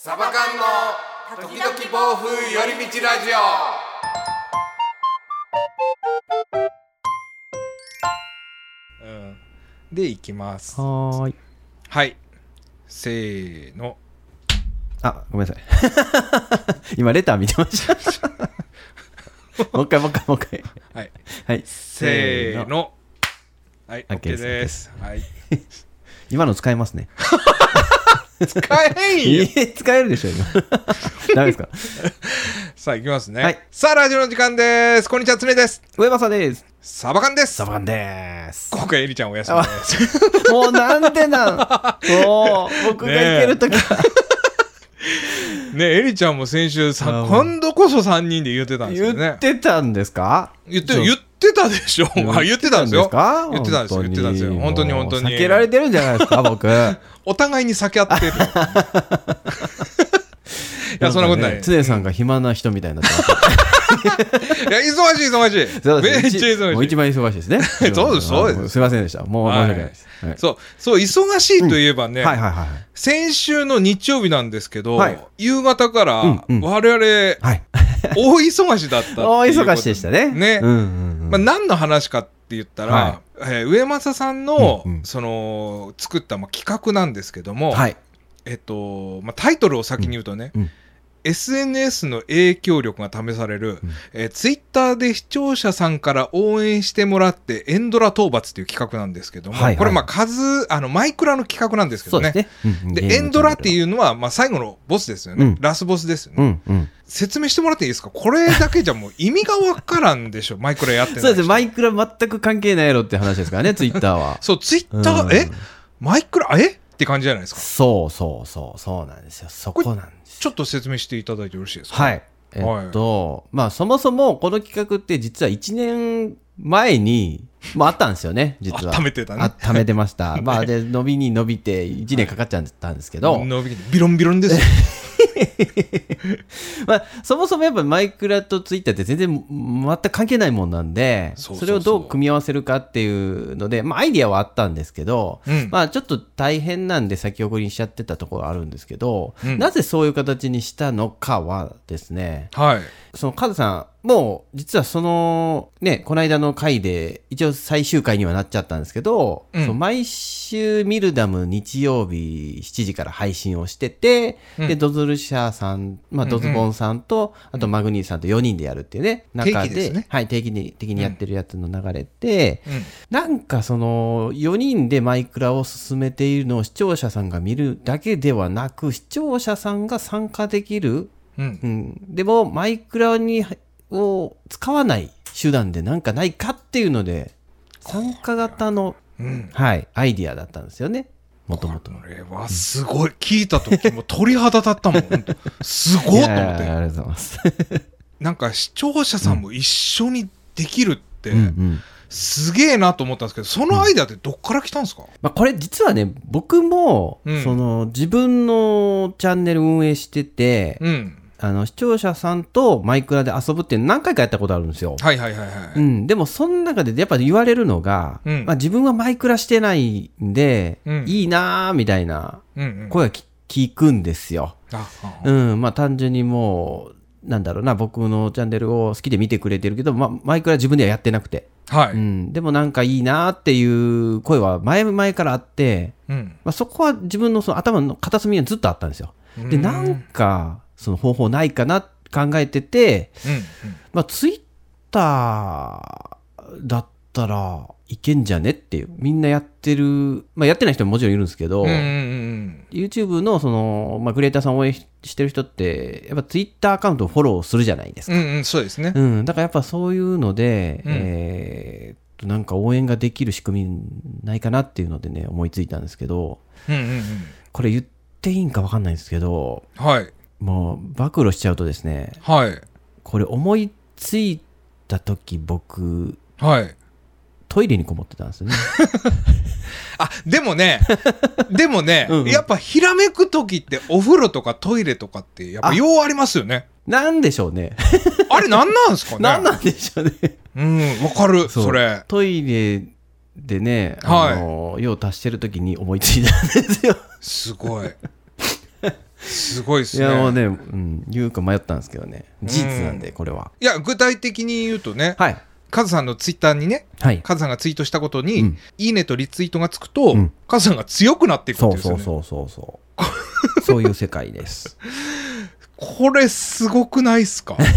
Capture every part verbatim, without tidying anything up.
サバ缶の時々暴風寄り道ラジオ、うん、でいきます。 はーい。 はいせーの。 あ、ごめんなさい今レター見てましたもう一回もう一回もう一回はい、 はい、 せーの。はい OK ですです、はい、 今の使えますね使えんよ使えるでしょ今ダメですかさあいきますね、 はい、さあラジオの時間です。こんにちは、つねです。 上間さんです。 サバ缶です。 サバ缶です。 今回エリちゃんお休みですもうなんでなんもう僕が行けるときはねえ、エリちゃんも先週さ今度こそさんにんで言ってたんですよね。 言ってたんですか。 言って言ってたでしょ言ってたんですよ。言ってたんですよ。言ってたんですよ。本当に本当に避けられてるんじゃないですか僕お互いに避け合ってるいや、そんなことない。 常さんが暇な人みたいになってますいや、忙しい忙しい。めっちゃ忙しい。 もう一番忙しいですねそうですそうです。 すいませんでした。もう申し訳ないです、 はいはい、そうそう忙しいといえばね、うんはいはいはい、先週の日曜日なんですけど、はい、夕方から我々、うんうんはい、大忙しだったっていうこと。 大忙しでしたね。 ね、うんうんうん、まあ、何の話かって言ったら、はい、えー、上政さんの、うんうん、その作った、まあ、企画なんですけども、はい、えっとまあ、タイトルを先に言うとね、うんうん、エスエヌエス の影響力が試される、うんえー、ツイッターで視聴者さんから応援してもらってエンドラ討伐っていう企画なんですけども、はいはい、これまあ数あのマイクラの企画なんですけどね。で、ねうんうん、でエンドラっていうのはまあ最後のボスですよね、うん、ラスボスですよね、うんうん、説明してもらっていいですか。これだけじゃもう意味がわからんでしょマイクラやってない人。 そうですね、マイクラ全く関係ないやろって話ですからねツイッターは。 そうツイッター、うん、えマイクラえって感じじゃないですか。 そうそうそうそうなんですよ。そこなんです。 ちょっと説明していただいてよろしいですか。 はいえっと、はい、まあそもそもこの企画って実はいちねんまえに、まあ、あったんですよね実は。温めてたね。 温めてました、ね、まあで伸びに伸びていちねんかかっちゃったんですけど、はい、 伸びにビロンビロンですよまあ、そもそもやっぱマイクラとツイッターって全然全く関係ないもんなんで、そうそうそう、それをどう組み合わせるかっていうので、まあ、アイディアはあったんですけど、うんまあ、ちょっと大変なんで先送りにしちゃってたところがあるんですけど、うん、なぜそういう形にしたのかはですね、はい、そのカズさんもう実はそのねこの間の回で一応最終回にはなっちゃったんですけど、うん、その毎週ミルダム日曜日しちじから配信をしてて、うん、でドズルシャーさん、まあ、ドズボンさんと、うん、あとマグニーさんとよにんでやるっていうね中で、定期ですね、はい、定期的にやってるやつの流れで、うん、なんかそのよにんでマイクラを進めているのを視聴者さんが見るだけではなく視聴者さんが参加できる、うんうん、でもマイクラにを使わない手段でなんかないかっていうので参加型の、うんはい、アイディアだったんですよねもともと。 これはすごい、うん、聞いた時も鳥肌立ったもんすごいと思って。 ありがとうございますなんか視聴者さんも一緒にできるって、うんうん、すげえなと思ったんですけど、そのアイデアってどっから来たんですか。うんまあ、これ実はね僕も、うん、その自分のチャンネル運営してて、うんあの視聴者さんとマイクラで遊ぶって何回かやったことあるんですよ。 はいはいはいはい、 うん、でもその中でやっぱ言われるのが、うんまあ、自分はマイクラしてないんで、うん、いいなーみたいな声が聞くんですよ、うんうんうんまあ、単純にもうなんだろうな僕のチャンネルを好きで見てくれてるけど、まあ、マイクラ自分ではやってなくて、はいうん、でもなんかいいなーっていう声は前々からあって、うんまあ、そこは自分の、その頭の片隅にはずっとあったんですよ。でなんかその方法ないかな考えてて、うんうんまあ、ツイッターだったらいけんじゃねっていうみんなやってる、まあ、やってない人ももちろんいるんですけど、うんうんうん、YouTube の, その、まあ、クリエイターさんを応援してる人ってやっぱツイッターアカウントをフォローするじゃないですか、 うんうん、そうですね、 うん、だからやっぱそういうので、うんえー、なんか応援ができる仕組みないかなっていうのでね思いついたんですけど、うんうんうん、これ言っていいんか分かんないんですけど、はいもう暴露しちゃうとですね、はい、これ思いついた時僕、はい、トイレにこもってたんですよねあでもねでもねうん、うん、やっぱひらめく時ってお風呂とかトイレとかってやっぱようありますよね。 なんでしょうねあれなんなんですかねなんなんでしょうねうんわかる そ, それトイレでねあの、はい、用を足してる時に思いついたんですよすごいすごいですね。 いやもうね、うん、言うか迷ったんですけどね、事実なんでこれは。 いや具体的に言うとね、 はい、 カズさんのツイッターにね、はい、カズさんがツイートしたことに、うん、いいねとリツイートがつくと、うん、カズさんが強くなっていくんですよね。 そうそうそうそうそうそういう世界ですこれすごくないっすか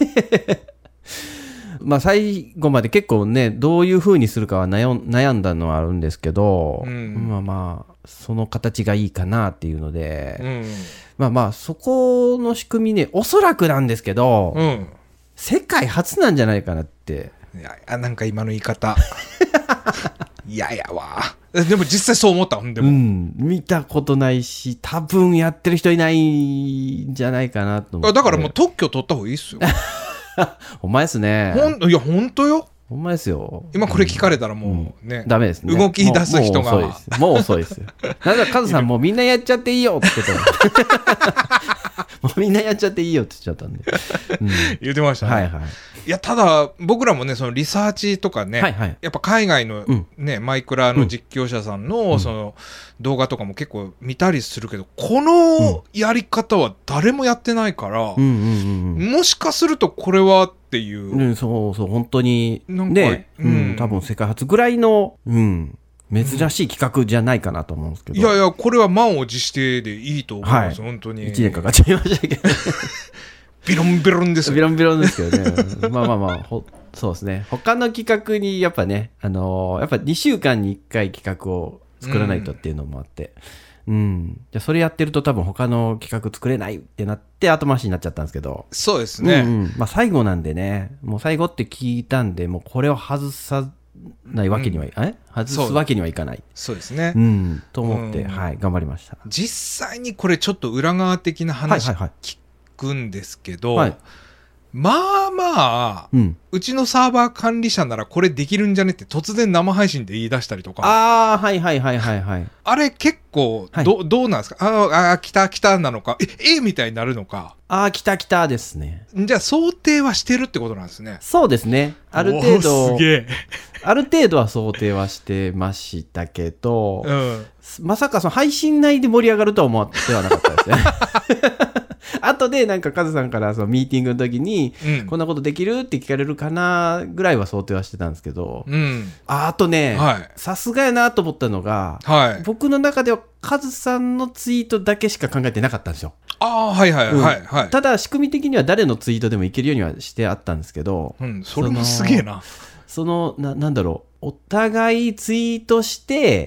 まあ最後まで結構ねどういう風にするかは悩ん、悩んだのはあるんですけど、うん、まあまあその形がいいかなっていうので、うん、まあまあそこの仕組みね、おそらくなんですけど、うん、世界初なんじゃないかなって。 いやなんか今の言い方いややわ。でも実際そう思ったんでも、 うん、見たことないし多分やってる人いないんじゃないかなと思って。 だからもう特許取った方がいいっすよお前っすね。 ほんいやほんとよ。 ほんまですよ。 今これ聞かれたらもうね、うん、 ダメですね。 動き出す人がもう遅いです。もう遅いですよ。なんかカズさんもうみんなやっちゃっていいよって言ってたもうみんなやっちゃっていいよって言っちゃったんで、 うん、言ってましたね。はいはい。いやただ僕らもねそのリサーチとかね、はいはい、やっぱ海外のね、うん、マイクラの実況者さんのその動画とかも結構見たりするけど、このやり方は誰もやってないから、うんうんうんうん、もしかするとこれはっていう、 うん、そうそう本当にね、うん、多分世界初ぐらいの、うん、珍しい企画じゃないかなと思うんですけど、 いやいやこれは満を持してでいいと思います、はい、本当にいちねんかかっちゃいましたけどビロンビロンですよ。 ビロンビロンですけどねまあまあまあほそうですね、他の企画にやっぱね、あのー、やっぱにしゅうかんにいっかい企画を作らないとっていうのもあって、うんうん、じゃそれやってると多分他の企画作れないってなって後回しになっちゃったんですけど。 そうですね、うんうん、まあ、最後なんでね、もう最後って聞いたんでもうこれを外さないわけにはい、うん、え外すわけにはいかない。 そうですね、 うん、と思って、うん、はい頑張りました。 実際にこれちょっと裏側的な話聞くんですけど、はいはいはい、まあまあ、うん、うちのサーバー管理者ならこれできるんじゃねって突然生配信で言い出したりとか。 ああはいはいはいはいはいあれ結構 ど,、はい、どうなんですか。ああ来た来たなのかええみたいになるのか。 ああ来た来たですね。 じゃあ想定はしてるってことなんですね。 そうですね、ある程度すげえある程度は想定はしてましたけど、うん、まさかその配信内で盛り上がるとは思ってはなかったですね後でなんかカズさんからそのミーティングの時に、うん、こんなことできるって聞かれるかなぐらいは想定はしてたんですけど、うん、あ, あとねさすがやなと思ったのが、はい、僕の中ではカズさんのツイートだけしか考えてなかったんですよ。 ああはいはいはい、はい、 ただ仕組み的には誰のツイートでもいけるようにはしてあったんですけど、 うん、それもすげえな。 その な, なんだろうお互いツイートして、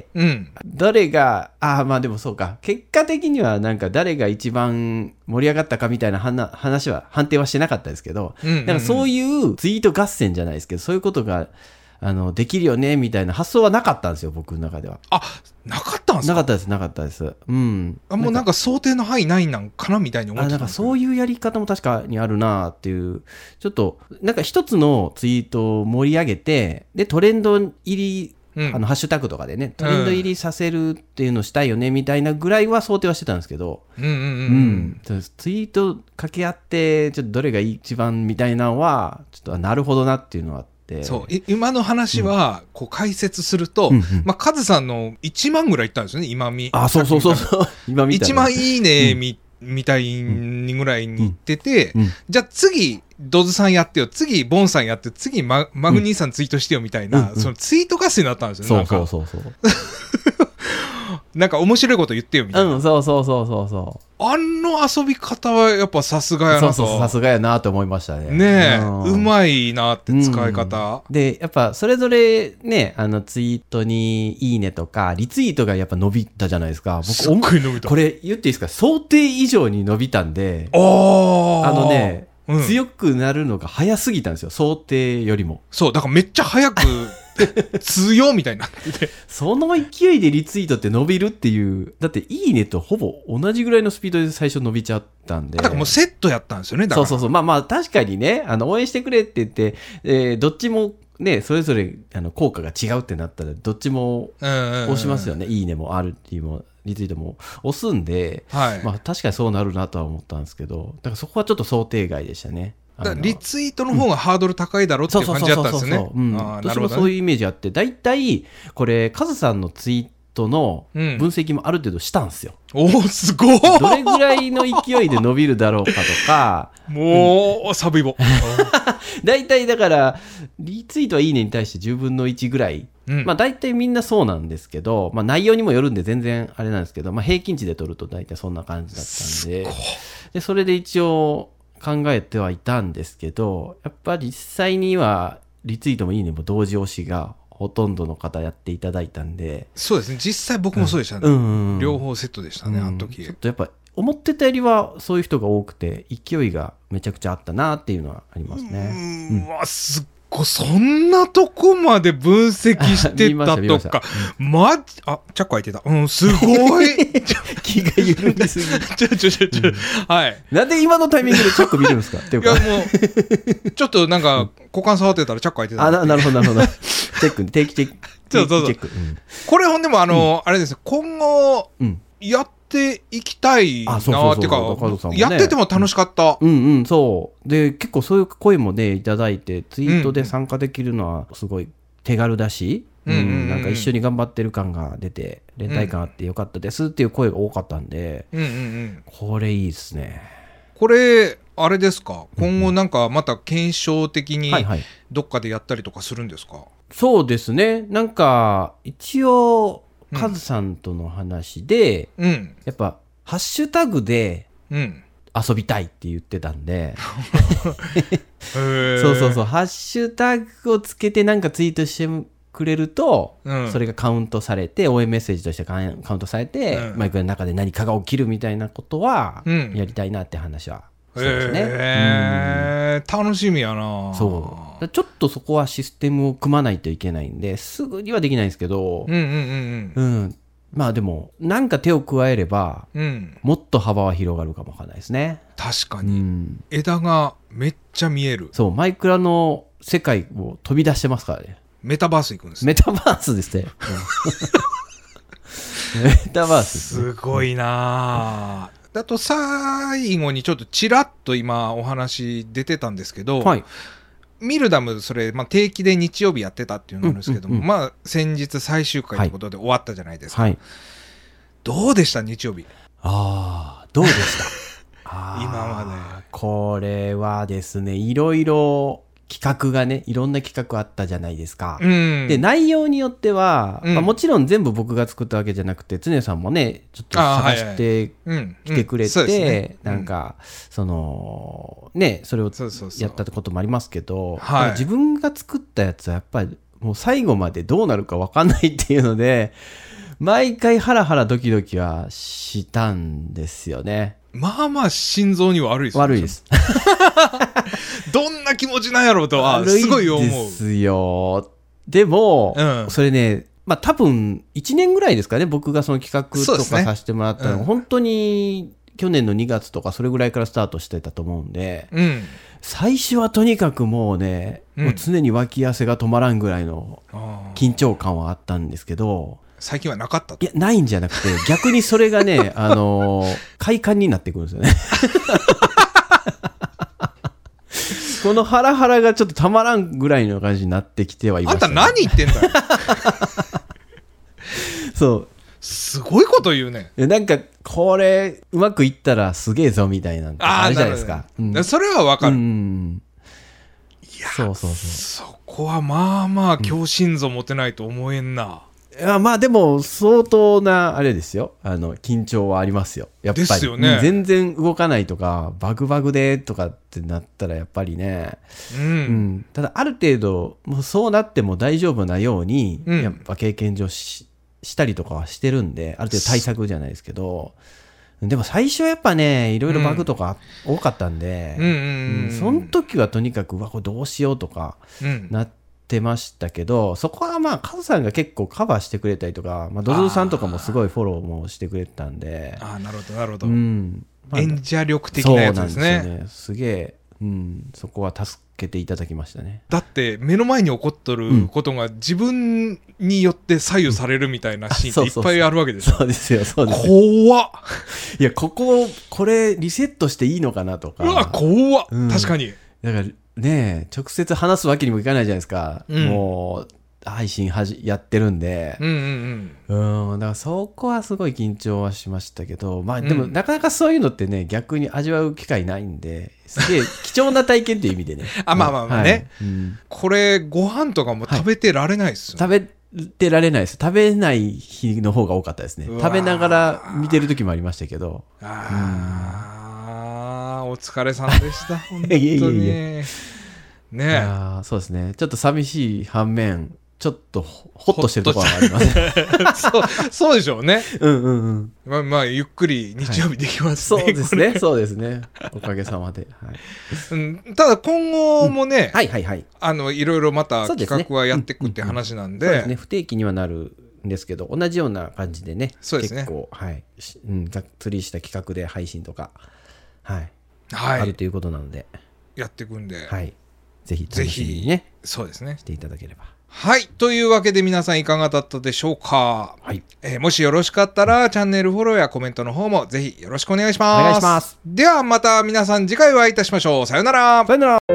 うん、誰があまあでもそうか結果的にはなんか誰が一番盛り上がったかみたいな話は判定はしてなかったですけど、うんうんうん、なんかそういうツイート合戦じゃないですけどそういうことがあのできるよねみたいな発想はなかったんですよ僕の中では。 あなかったんですか。 なかったですなかったです。うん。 あもうなんか想定の範囲ないなんかなみたいに思ってたんですけど。 あなんかそういうやり方も確かにあるなっていうちょっとなんか一つのツイートを盛り上げてでトレンド入り、うん、あのハッシュタグとかでねトレンド入りさせるっていうのをしたいよねみたいなぐらいは想定はしてたんですけど、うんうんうんうんうん、ツイート掛け合ってちょっとどれが一番みたいなのはちょっとなるほどなっていうのはそう今の話はこう解説すると、うんまあ、カズさんのいちまんぐらいいったんですよね今見。 あそうそうそうそう今見たいちまんいいね、うん、み, みたいにぐらいにいってて、うんうん、じゃあ次ドズさんやってよ次ボンさんやって次 マ, マグニーさんツイートしてよみたいな、うん、そのツイート合戦になったんですよね。 そうそうそうそうなんか面白いこと言ってよみたいな、 うん、そうそうそうそうそうあの遊び方はやっぱさすがやなと。 そうそうさすがやなと思いましたね。 ねえ、うん、うまいなって使い方、 うん、でやっぱそれぞれねあのツイートにいいねとかリツイートがやっぱ伸びたじゃないですか。僕すっごい伸びた。 これ言っていいですか想定以上に伸びたんであのね、うん、強くなるのが早すぎたんですよ想定よりも。 そうだからめっちゃ早く強みたいになっててその勢いでリツイートって伸びるっていうだっていいねとほぼ同じぐらいのスピードで最初伸びちゃったんで。 だからもうセットやったんですよね。だからそうそうそうまあまあ確かにねあの応援してくれって言って、えー、どっちもねそれぞれあの効果が違うってなったらどっちも押しますよね、うんうんうん、いいねもあるっていうもリツイートも押すんで、はいまあ、確かにそうなるなとは思ったんですけどだからそこはちょっと想定外でしたね。 だリツイートの方がハードル高いだろっていう感じだったんですよね。 私もそういうイメージあってだいたいこれカズさんのツイートの分析もある程度したんですよ、 うん、おーすごいどれぐらいの勢いで伸びるだろうかとかもう、うん、サブイボ大体だからリツイートはいいねに対してじゅうぶんのいちぐらい、うん、まあ大体みんなそうなんですけど、まあ、内容にもよるんで全然あれなんですけど、まあ、平均値で取ると大体そんな感じだったん で, でそれで一応考えてはいたんですけど、やっぱり実際にはリツイートもいいねも同時押しがほとんどの方やっていただいたんで。 そうですね、実際僕もそうでしたね、うんうんうん、両方セットでしたね、うん、あの時ちょっとやっぱ思ってたよりはそういう人が多くて勢いがめちゃくちゃあったなっていうのはありますね。 うーん、うわすっごい、そんなとこまで分析してたとかマジ、あ、チャック開いてた、うんすごい気が緩みすぎちょちょちょちょ、うん、はいなんで今のタイミングでチャック見るんですかっていうか、 いやもうちょっとなんか股間触ってたらチャック開いてた。 あ な, なるほどなるほどチェック定期的そうそうそう、うん、これほんでもあの、うん、あれですよ、今後、うん、やっていきたいなーっていうか、ね、やってても楽しかった、 うんうん、そうで結構そういう声もねいただいて、ツイートで参加できるのはすごい手軽だし、うんうんうん、なんか一緒に頑張ってる感が出て連帯感あってよかったですっていう声が多かったんで、うんうんうん、これいいですね。 これあれですか、今後なんかまた検証的にどっかでやったりとかするんですか？ はいはい、そうですね、なんか一応カズさんとの話で、うん、やっぱハッシュタグで遊びたいって言ってたんで、うん、そうそうそう、ハッシュタグをつけてなんかツイートしてくれると、うん、それがカウントされて応援メッセージとしてカウントされて、うん、マイクの中で何かが起きるみたいなことはやりたいなって話はしてますね。 へー、うん、楽しみやな。 そうちょっとそこはシステムを組まないといけないんですぐにはできないんですけど、うんうんうんうん、うん、まあでもなんか手を加えれば、うん、もっと幅は広がるかもわかんないですね。 確かに、うん、枝がめっちゃ見える。 そう、マイクラの世界を飛び出してますからね。 メタバース行くんですね。 メタバースですね、うん、メタバースです、 ね、すごいな。あと最後にちょっとちらっと今お話出てたんですけど、はい、ミルダムそれ、まあ、定期で日曜日やってたっていうのなんですけども、うんうんうん、まあ先日最終回ということで終わったじゃないですか、はい、どうでした日曜日？ ああどうでしたあ今までこれはですね、いろいろ企画がね、いろんな企画あったじゃないですか、うん、で内容によっては、うんまあ、もちろん全部僕が作ったわけじゃなくて常さんもねちょっと探してきてくれて、なんかそのねそれをやったってこともありますけど、はい、自分が作ったやつはやっぱりもう最後までどうなるか分かんないっていうので毎回ハラハラドキドキはしたんですよね。 まあまあ心臓には悪いですよね。 悪いですどんな気持ちなんやろうとはすごい思う。 悪いですよ。でも、うん、それね、まあ多分いちねんぐらいですかね、僕がその企画とかさせてもらったの、ねうん、本当に去年のにがつとかそれぐらいからスタートしてたと思うんで、うん、最初はとにかくもうね、うん、もう常に脇汗が止まらんぐらいの緊張感はあったんですけど、 最近はなかったと。 いやないんじゃなくて逆にそれがねあのー、快感になってくるんですよねこのハラハラがちょっとたまらんぐらいの感じになってきてはいました、ね、 あんた何言ってんだよそうすごいこと言うね。 なんかこれうまくいったらすげえぞみたいなのあるじゃないですか、 うん、それはわかる、うん、いやそうそうそう、そこはまあまあ強心臓持てないと思えんな、 うん、いやまあでも相当なあれですよ、あの緊張はありますよやっぱりですよね、うん、全然動かないとかバグバグでとかってなったらやっぱりね、うんうん、ただある程度もうそうなっても大丈夫なように、うん、やっぱ経験上 し, したりとかはしてるんで、ある程度対策じゃないですけど、でも最初はやっぱねいろいろバグとか多かったんで、うんうんうんうん、その時はとにかくうわこれどうしようとかなってましたけど、うん、そこはまあカズさんが結構カバーしてくれたりとか、まあ、ドズルさんとかもすごいフォローもしてくれてたんで、 ああなるほどなるほど、うんまあ、演者力的なやつですね。そうなんですよね、すげえ、 うん、そこは助けていただきましたね。 だって目の前に起こっとることが自分によって左右されるみたいなシーンっていっぱいあるわけでしょ。 そうですよそうですよ。 怖っいやこここれリセットしていいのかなとか、 うわ怖っ、うん、確かにだからね直接話すわけにもいかないじゃないですか、うん、もう配信はじやってるんで、 うんうんうん、 うんだからそこはすごい緊張はしましたけど、まあでも、うん、なかなかそういうのってね逆に味わう機会ないんですげえ貴重な体験という意味でねあまあまあまあね、はいうん、これご飯とかも食べてられないっすよ、 はい、食べてられないです食べない日の方が多かったですね食べながら見てる時もありましたけどあ、うん、お疲れさんでした本当にいやいやいやねあそうですねちょっと寂しい反面ちょっとホッとしてるところがありますそうそうでしょうねうんうんうんまあ、まあゆっくり日曜日できますね、 はい、そうですねそうですねおかげさまで、はいうん、ただ今後もね、 うん、はいはいはいあのいろいろまた企画はやっていくって話なんで、 そうですね不定期にはなるんですけど同じような感じでねそうですね結構はい、うん、がっつりした企画で配信とかはい、 はい、 あるということなのでやっていくんで、 はいぜひ楽しみにねそうですねしていただければはいというわけで皆さんいかがだったでしょうか、 はいえー、もしよろしかったら、うん、チャンネルフォローやコメントの方もぜひよろしくお願いします。 お願いします。 ではまた皆さん次回お会いいたしましょう。さよなら。 さよなら。